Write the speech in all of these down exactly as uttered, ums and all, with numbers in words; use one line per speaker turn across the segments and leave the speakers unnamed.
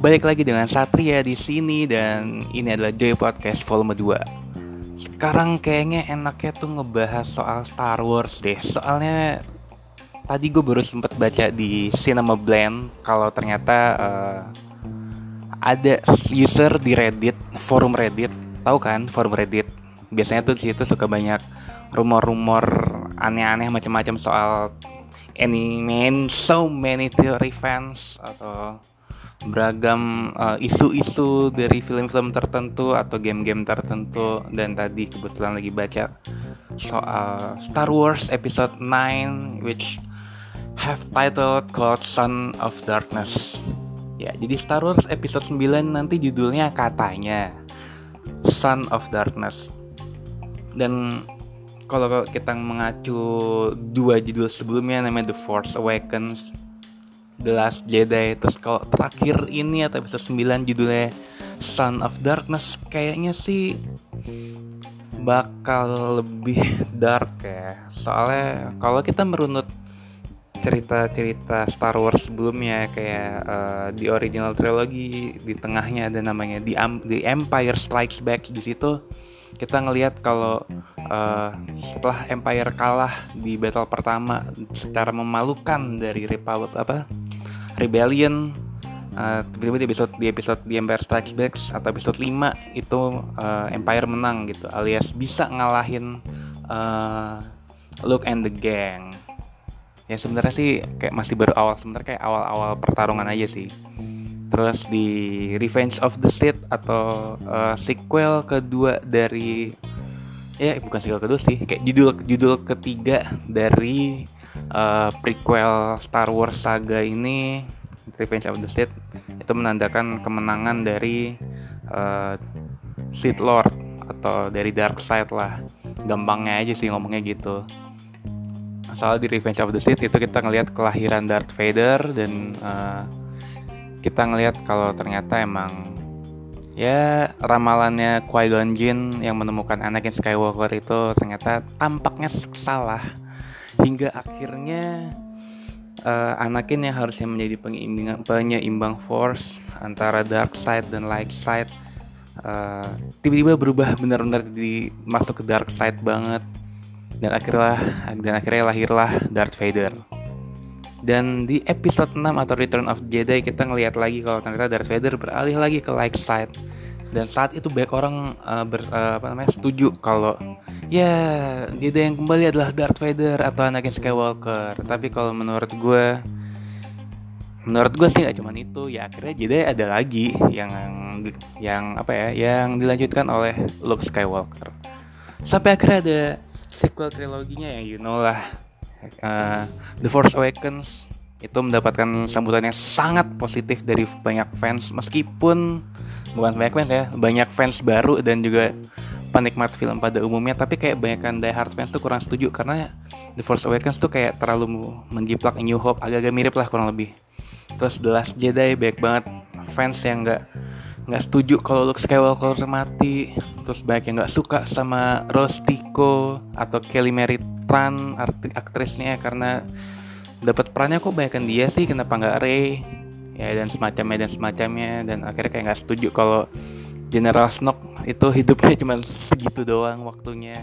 Balik lagi dengan Satria di sini dan ini adalah Joy Podcast volume dua. Sekarang kayaknya enaknya tuh ngebahas soal Star Wars deh. Soalnya tadi gue baru sempet baca di Cinema Blend kalau ternyata uh, ada user di Reddit, forum Reddit, tahu kan forum Reddit? Biasanya tuh di situ suka banyak rumor-rumor aneh-aneh macam-macam soal anime, so many theory fans atau beragam uh, isu-isu dari film-film tertentu atau game-game tertentu. Dan tadi kebetulan lagi baca soal Star Wars Episode nine which have title called Son of Darkness. Ya, jadi Star Wars Episode nine nanti judulnya katanya Son of Darkness. Dan kalau kita mengacu dua judul sebelumnya namanya The Force Awakens, The Last Jedi, terus kalau terakhir ini atau episode nine judulnya Son of Darkness, kayaknya sih bakal lebih dark ya. Soalnya kalau kita merunut cerita-cerita Star Wars sebelumnya kayak uh, di original trilogy, di tengahnya ada namanya The, Am- The Empire Strikes Back. Di situ kita ngelihat kalau uh, setelah Empire kalah di battle pertama secara memalukan dari Republic apa Rebellion, uh, tiba-tiba di episode di episode The Empire Strikes Back atau episode five itu uh, Empire menang gitu, alias bisa ngalahin uh, Luke and the gang. Ya sebenarnya sih kayak masih baru awal, sebenarnya kayak awal-awal pertarungan aja sih. Terus di Revenge of the Sith atau uh, sequel kedua dari ya bukan sequel kedua sih, kayak judul judul ketiga dari uh, prequel Star Wars saga ini, Revenge of the Sith, itu menandakan kemenangan dari uh, Sith Lord atau dari Dark Side lah, gampangnya aja sih ngomongnya gitu. Soal di Revenge of the Sith itu kita ngelihat kelahiran Darth Vader dan uh, kita ngelihat kalau ternyata emang ya ramalannya Qui-Gon Jinn yang menemukan Anakin Skywalker itu ternyata tampaknya salah, hingga akhirnya uh, Anakin yang harusnya menjadi penyeimbang, penyeimbang Force antara Dark Side dan Light Side uh, tiba-tiba berubah benar-benar di masuk ke Dark Side banget. Dan akhirnya dan akhirnya lahirlah Darth Vader. Dan di episode six atau Return of the Jedi kita ngelihat lagi kalau ternyata Darth Vader beralih lagi ke light side. Dan saat itu banyak orang uh, ber, uh, apa namanya setuju kalau ya Jedi yang kembali adalah Darth Vader atau Anakin Skywalker. Tapi kalau menurut gue menurut gue sih nggak cuma itu, ya akhirnya Jedi ada lagi yang yang apa ya yang dilanjutkan oleh Luke Skywalker. Sampai akhirnya ada sequel triloginya yang you know lah, uh, The Force Awakens itu mendapatkan sambutan yang sangat positif dari banyak fans, meskipun bukan banyak fans ya, banyak fans baru dan juga penikmat film pada umumnya. Tapi kayak banyakkan die hard fans tuh kurang setuju karena The Force Awakens tuh kayak terlalu menjiplak New Hope, agak-agak mirip lah kurang lebih. Terus The Last Jedi banyak banget fans yang nggak nggak setuju kalau Luke Skywalker mati. Terus banyak yang nggak suka sama Rose Tico atau Kelly Mary Tran aktrisnya karena dapat perannya kok banyakan dia sih, kenapa nggak Rey ya, dan semacamnya dan semacamnya. Dan akhirnya kayak nggak setuju kalau General Snoke itu hidupnya cuma segitu doang waktunya,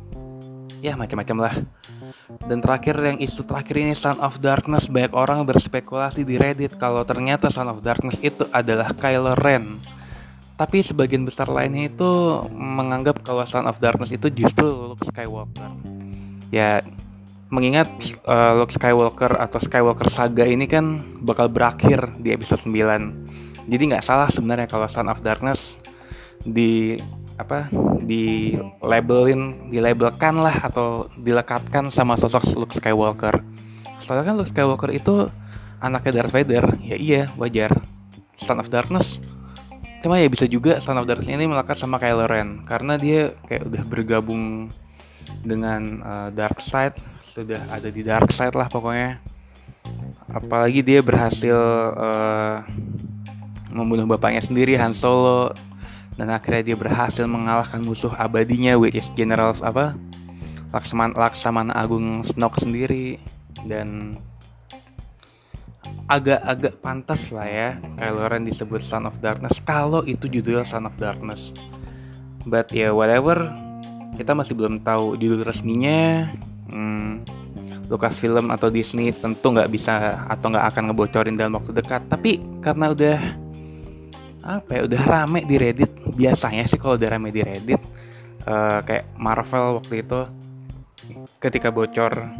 ya macam-macam lah. Dan terakhir yang isu terakhir ini Son of Darkness, banyak orang berspekulasi di Reddit kalau ternyata Son of Darkness itu adalah Kylo Ren. Tapi sebagian besar lainnya itu menganggap kalau Son of Darkness itu justru Luke Skywalker. Ya mengingat uh, Luke Skywalker atau Skywalker Saga ini kan bakal berakhir di episode nine. Jadi gak salah sebenarnya kalau Son of Darkness di apa di labelin dilabelkan lah atau dilekatkan sama sosok Luke Skywalker. Soalnya kan Luke Skywalker itu anaknya Darth Vader. Ya iya, wajar Son of Darkness. Cuma ya bisa juga Son of Darkness ini melekat sama Kylo Ren karena dia kayak udah bergabung dengan uh, Dark Side, sudah ada di Dark Side lah pokoknya. Apalagi dia berhasil uh, membunuh bapaknya sendiri, Han Solo, dan akhirnya dia berhasil mengalahkan musuh abadinya which is General apa Laksamana, Laksamana Agung Snoke sendiri. Dan agak-agak pantas lah ya Kylo Ren disebut Son of Darkness kalau itu judul Son of Darkness. But ya yeah, whatever, kita masih belum tahu judul resminya. hmm, Lucasfilm atau Disney tentu nggak bisa atau nggak akan ngebocorin dalam waktu dekat. Tapi karena udah apa ya, udah rame di Reddit. Biasanya sih kalau udah rame di Reddit, uh, kayak Marvel waktu itu ketika bocor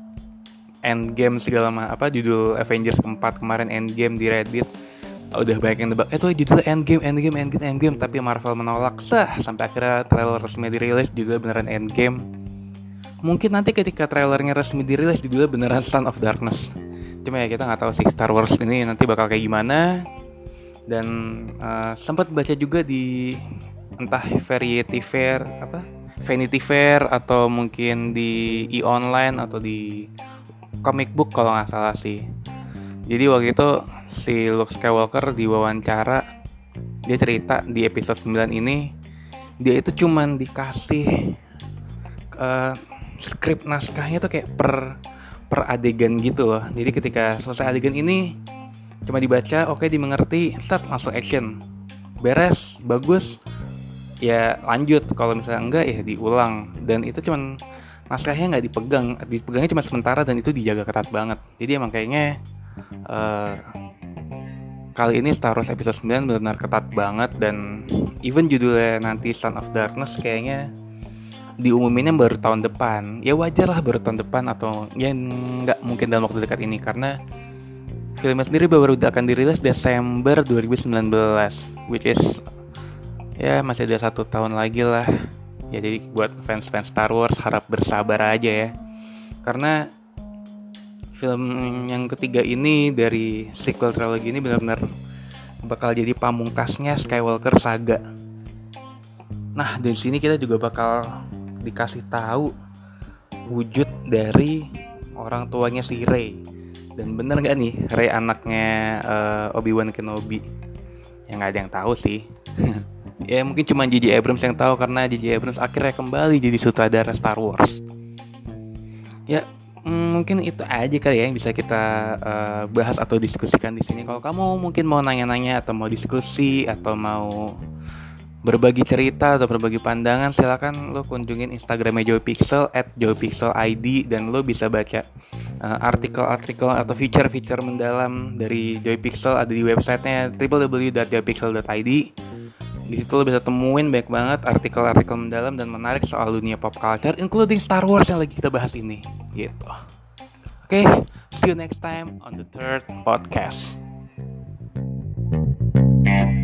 Endgame segala macam, apa judul Avengers keempat kemarin Endgame di Reddit, udah banyak yang nebak, eh tuh judulnya Endgame, Endgame, Endgame, Endgame, tapi Marvel menolak, sah, sampai akhirnya trailer resmi dirilis judulnya beneran Endgame. Mungkin nanti ketika trailernya resmi dirilis judulnya beneran Son of Darkness. Cuma ya kita nggak tahu sih Star Wars ini nanti bakal kayak gimana. Dan uh, sempat baca juga di entah Variety Fair apa, Vanity Fair atau mungkin di e-online atau di comic book kalau nggak salah sih. Jadi waktu itu si Luke Skywalker diwawancara, dia cerita di episode sembilan ini dia itu cuman dikasih uh, skrip naskahnya tuh kayak per per adegan gitu loh. Jadi ketika selesai adegan ini cuma dibaca, oke okay, dimengerti, start langsung action, beres, bagus, ya lanjut. Kalau misalnya enggak ya diulang. Dan itu cuman naskahnya nggak dipegang, dipegangnya cuma sementara dan itu dijaga ketat banget. Jadi emang kayaknya uh, kali ini Star Wars episode sembilan benar-benar ketat banget. Dan even judulnya nanti Son of Darkness kayaknya diumuminnya baru tahun depan. Ya wajar lah baru tahun depan, atau ya nggak mungkin dalam waktu dekat ini, karena filmnya sendiri baru akan dirilis Desember dua ribu sembilan belas, which is ya masih ada satu tahun lagi lah. Ya jadi buat fans-fans Star Wars harap bersabar aja ya, karena film yang ketiga ini dari sequel trilogy ini benar-benar bakal jadi pamungkasnya Skywalker Saga. Nah di sini kita juga bakal dikasih tahu wujud dari orang tuanya si Rey. Dan bener nggak nih Rey anaknya uh, Obi-Wan Kenobi? Ya nggak ada yang tahu sih. Ya mungkin cuma J J Abrams yang tahu, karena J J Abrams akhirnya kembali jadi sutradara Star Wars. Ya mm, mungkin itu aja kali ya yang bisa kita uh, bahas atau diskusikan di sini. Kalau kamu mungkin mau nanya-nanya atau mau diskusi atau mau berbagi cerita atau berbagi pandangan, silakan lo kunjungin Instagramnya Joy Pixel at joy pixel I D, dan lo bisa baca uh, artikel-artikel atau feature-feature mendalam dari Joy Pixel ada di websitenya w w w dot joy pixel dot i d. Di situ lo bisa temuin banyak banget artikel-artikel mendalam dan menarik soal dunia pop culture, including Star Wars yang lagi kita bahas ini, gitu. Oke, okay, see you next time on the third podcast.